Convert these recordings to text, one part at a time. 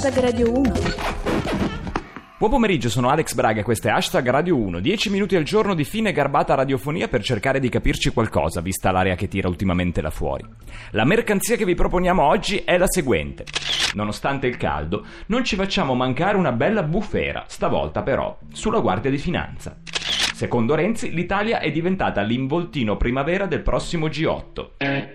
Radio 1. Buon pomeriggio, sono Alex Braga e questo è Hashtag Radio 1. 10 minuti al giorno di fine garbata radiofonia per cercare di capirci qualcosa, vista l'area che tira ultimamente là fuori. La mercanzia che vi proponiamo oggi è la seguente. Nonostante il caldo, non ci facciamo mancare una bella bufera, stavolta però sulla Guardia di Finanza. Secondo Renzi, l'Italia è diventata l'involtino primavera del prossimo G8.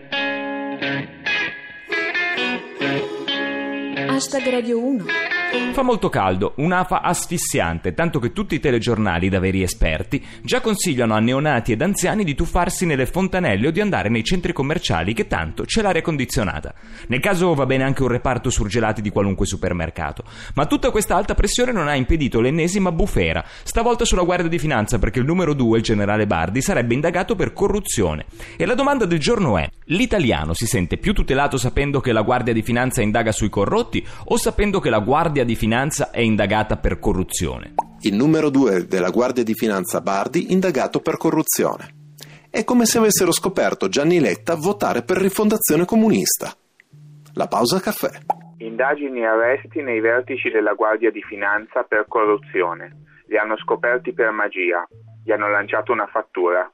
Hashtag Radio 1. Fa molto caldo, un'afa asfissiante, tanto che tutti i telegiornali, da veri esperti, già consigliano a neonati ed anziani di tuffarsi nelle fontanelle o di andare nei centri commerciali che tanto c'è l'aria condizionata. Nel caso va bene anche un reparto surgelati di qualunque supermercato. Ma tutta questa alta pressione non ha impedito l'ennesima bufera, stavolta sulla Guardia di Finanza, perché il numero 2, il generale Bardi, sarebbe indagato per corruzione. E la domanda del giorno è: l'italiano si sente più tutelato sapendo che la Guardia di Finanza indaga sui corrotti o sapendo che la Guardia di Finanza è indagata per corruzione? Il numero 2 della Guardia di Finanza Bardi indagato per corruzione. È come se avessero scoperto Gianni Letta votare per Rifondazione Comunista. La pausa caffè. Indagini e arresti nei vertici della Guardia di Finanza per corruzione. Li hanno scoperti per magia. Gli hanno lanciato una fattura.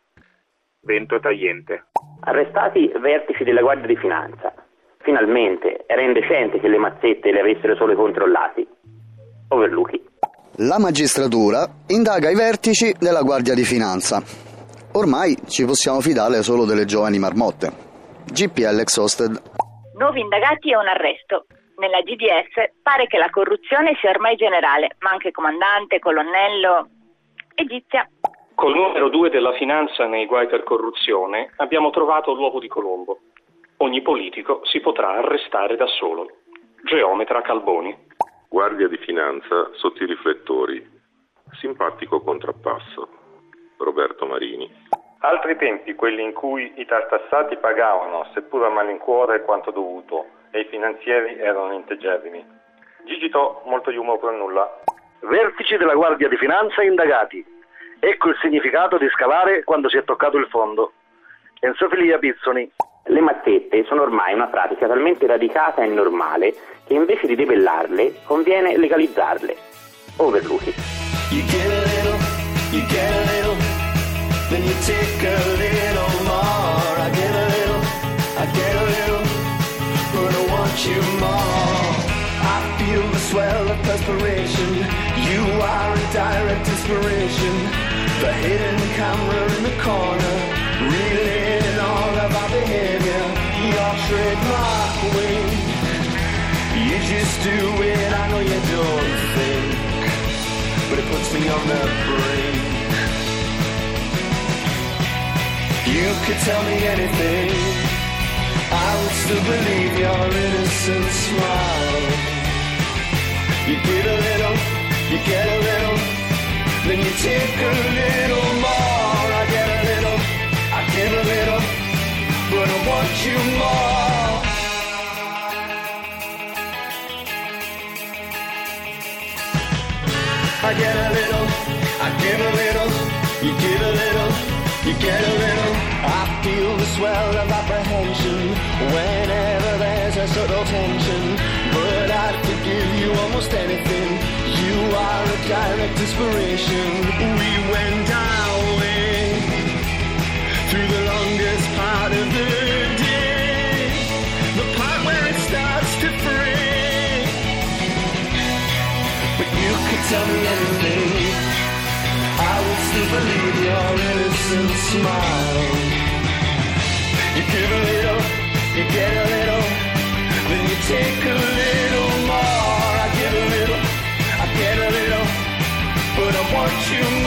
Vento tagliente. Arrestati vertici della Guardia di Finanza. Finalmente, era indecente che le mazzette le avessero solo i controllati. Overluchi. La magistratura indaga i vertici della Guardia di Finanza. Ormai ci possiamo fidare solo delle giovani marmotte. GPL Exhausted. Nuovi indagati e un arresto. Nella GDS pare che la corruzione sia ormai generale, ma anche comandante, colonnello, egizia. Col numero 2 della finanza nei guai per corruzione abbiamo trovato l'uovo di Colombo. Ogni politico si potrà arrestare da solo. Geometra Calboni. Guardia di Finanza sotto i riflettori. Simpatico contrappasso. Roberto Marini. Altri tempi, quelli in cui i tartassati pagavano, seppur a malincuore, quanto dovuto, e i finanzieri erano integerrimi. Gigito, molto humor per nulla. Vertici della Guardia di Finanza indagati. Ecco il significato di scavare quando si è toccato il fondo. Enzofilia Pizzoni. Le mazzette sono ormai una pratica talmente radicata e normale che invece di debellarle conviene legalizzarle. Overluchi. You get a little, then you take a little more. I get a little, but I want you more. I feel the swell of perspiration. You are a direct inspiration. The hidden camera in the corner, reeling all of our behavior. Your trademark way, you just do it. I know you don't think, but it puts me on the brink. You could tell me anything, I would still believe your innocent smile. You give a little, you get a little, then you take a little more. I get a little, I give a little, but I want you more. I get a little, I give a little, you give a little, you get a little. I feel the swell of apprehension whenever there's a subtle tension, but I'd forgive you almost anything. You are a direct inspiration. We went our way through the longest part of the day, the part where it starts to fray. But you could tell me anything, I would still believe your innocent smile. You give a little, you get a little, then you take a little more. I give a little, I get a little, but I want you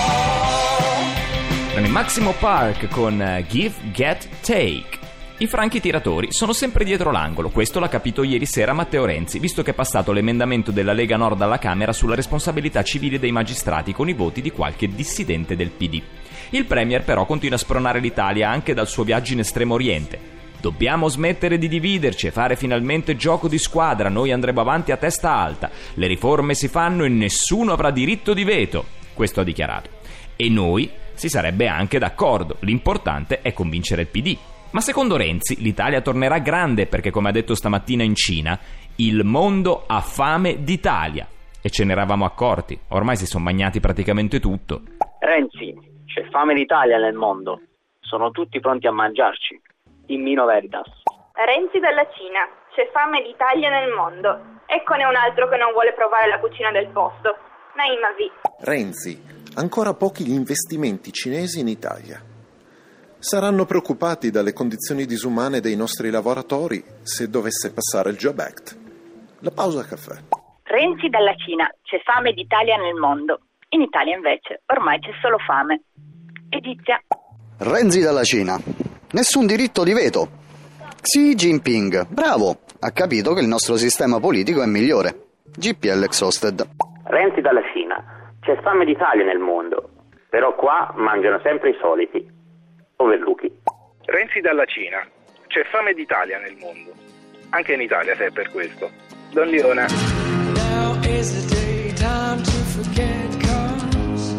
more. Nel Maximo Park con Give, Get, Take. I franchi tiratori sono sempre dietro l'angolo, questo l'ha capito ieri sera Matteo Renzi, visto che è passato l'emendamento della Lega Nord alla Camera sulla responsabilità civile dei magistrati con i voti di qualche dissidente del PD. Il Premier però continua a spronare l'Italia anche dal suo viaggio in Estremo Oriente. Dobbiamo smettere di dividerci e fare finalmente gioco di squadra, noi andremo avanti a testa alta, le riforme si fanno e nessuno avrà diritto di veto, questo ha dichiarato. E noi si sarebbe anche d'accordo, l'importante è convincere il PD. Ma secondo Renzi l'Italia tornerà grande perché, come ha detto stamattina in Cina, il mondo ha fame d'Italia. E ce ne eravamo accorti, ormai si sono mangiati praticamente tutto. Renzi, c'è fame d'Italia nel mondo, sono tutti pronti a mangiarci. Immino veritas. Renzi dalla Cina, c'è fame d'Italia nel mondo. Eccone un altro che non vuole provare la cucina del posto. Naima V. Renzi, ancora pochi gli investimenti cinesi in Italia. Saranno preoccupati dalle condizioni disumane dei nostri lavoratori se dovesse passare il Job Act. La pausa caffè. Renzi dalla Cina, c'è fame d'Italia nel mondo. In Italia invece ormai c'è solo fame. Edizia. Renzi dalla Cina, nessun diritto di veto. Xi Jinping, bravo, ha capito che il nostro sistema politico è migliore. GPL Exhausted. Renzi dalla Cina, c'è fame d'Italia nel mondo, però qua mangiano sempre i soliti. Overluchi. Renzi dalla Cina, c'è fame d'Italia nel mondo. Anche in Italia, se è per questo. Don Liona. Now is the day, time to forget cause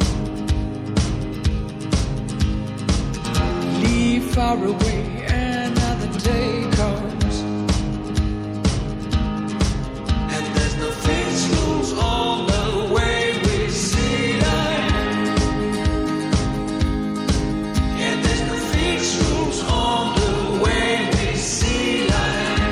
leave far away, another day comes and there's no fixed rules on the way we see life, and there's no fixed rules on the way we see life.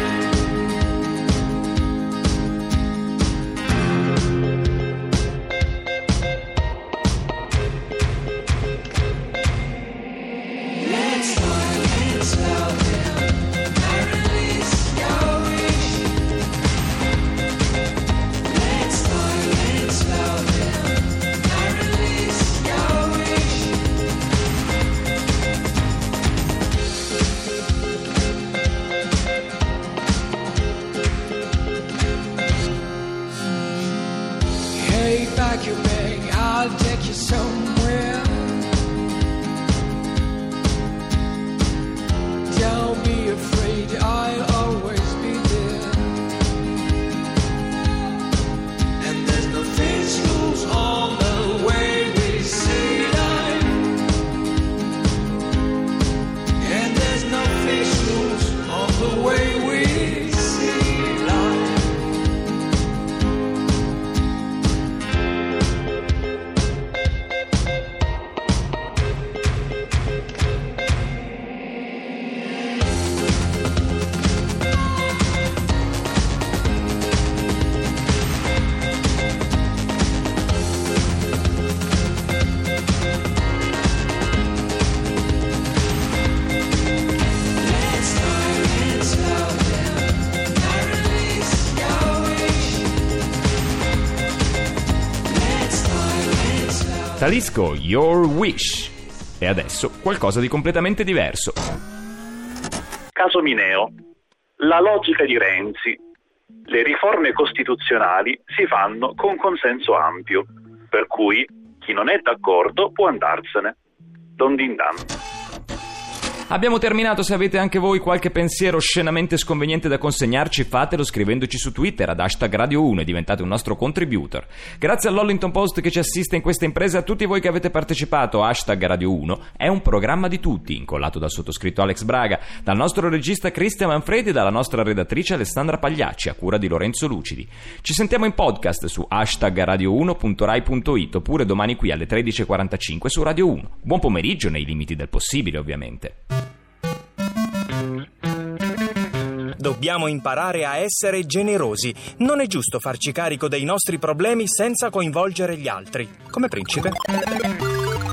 Pack your bag, I'll take you somewhere. Don't be afraid, I'll always be there. And there's no fixed rules on the way we see life, and there's no fixed rules on the way we see life. Talisco, Your Wish. E adesso qualcosa di completamente diverso. Caso Mineo. La logica di Renzi. Le riforme costituzionali si fanno con consenso ampio, per cui chi non è d'accordo può andarsene. Don Dindan. Abbiamo terminato. Se avete anche voi qualche pensiero scenamente sconveniente da consegnarci, fatelo scrivendoci su Twitter ad #Radio1 e diventate un nostro contributor. Grazie all'Hollington Post che ci assiste in questa impresa, a tutti voi che avete partecipato. #Radio1 è un programma di tutti, incollato dal sottoscritto Alex Braga, dal nostro regista Cristian Manfredi e dalla nostra redattrice Alessandra Pagliacci, a cura di Lorenzo Lucidi. Ci sentiamo in podcast su #radio1.rai.it oppure domani qui alle 13:45 su Radio 1. Buon pomeriggio, nei limiti del possibile, ovviamente. Dobbiamo imparare a essere generosi. Non è giusto farci carico dei nostri problemi senza coinvolgere gli altri. Come Principe.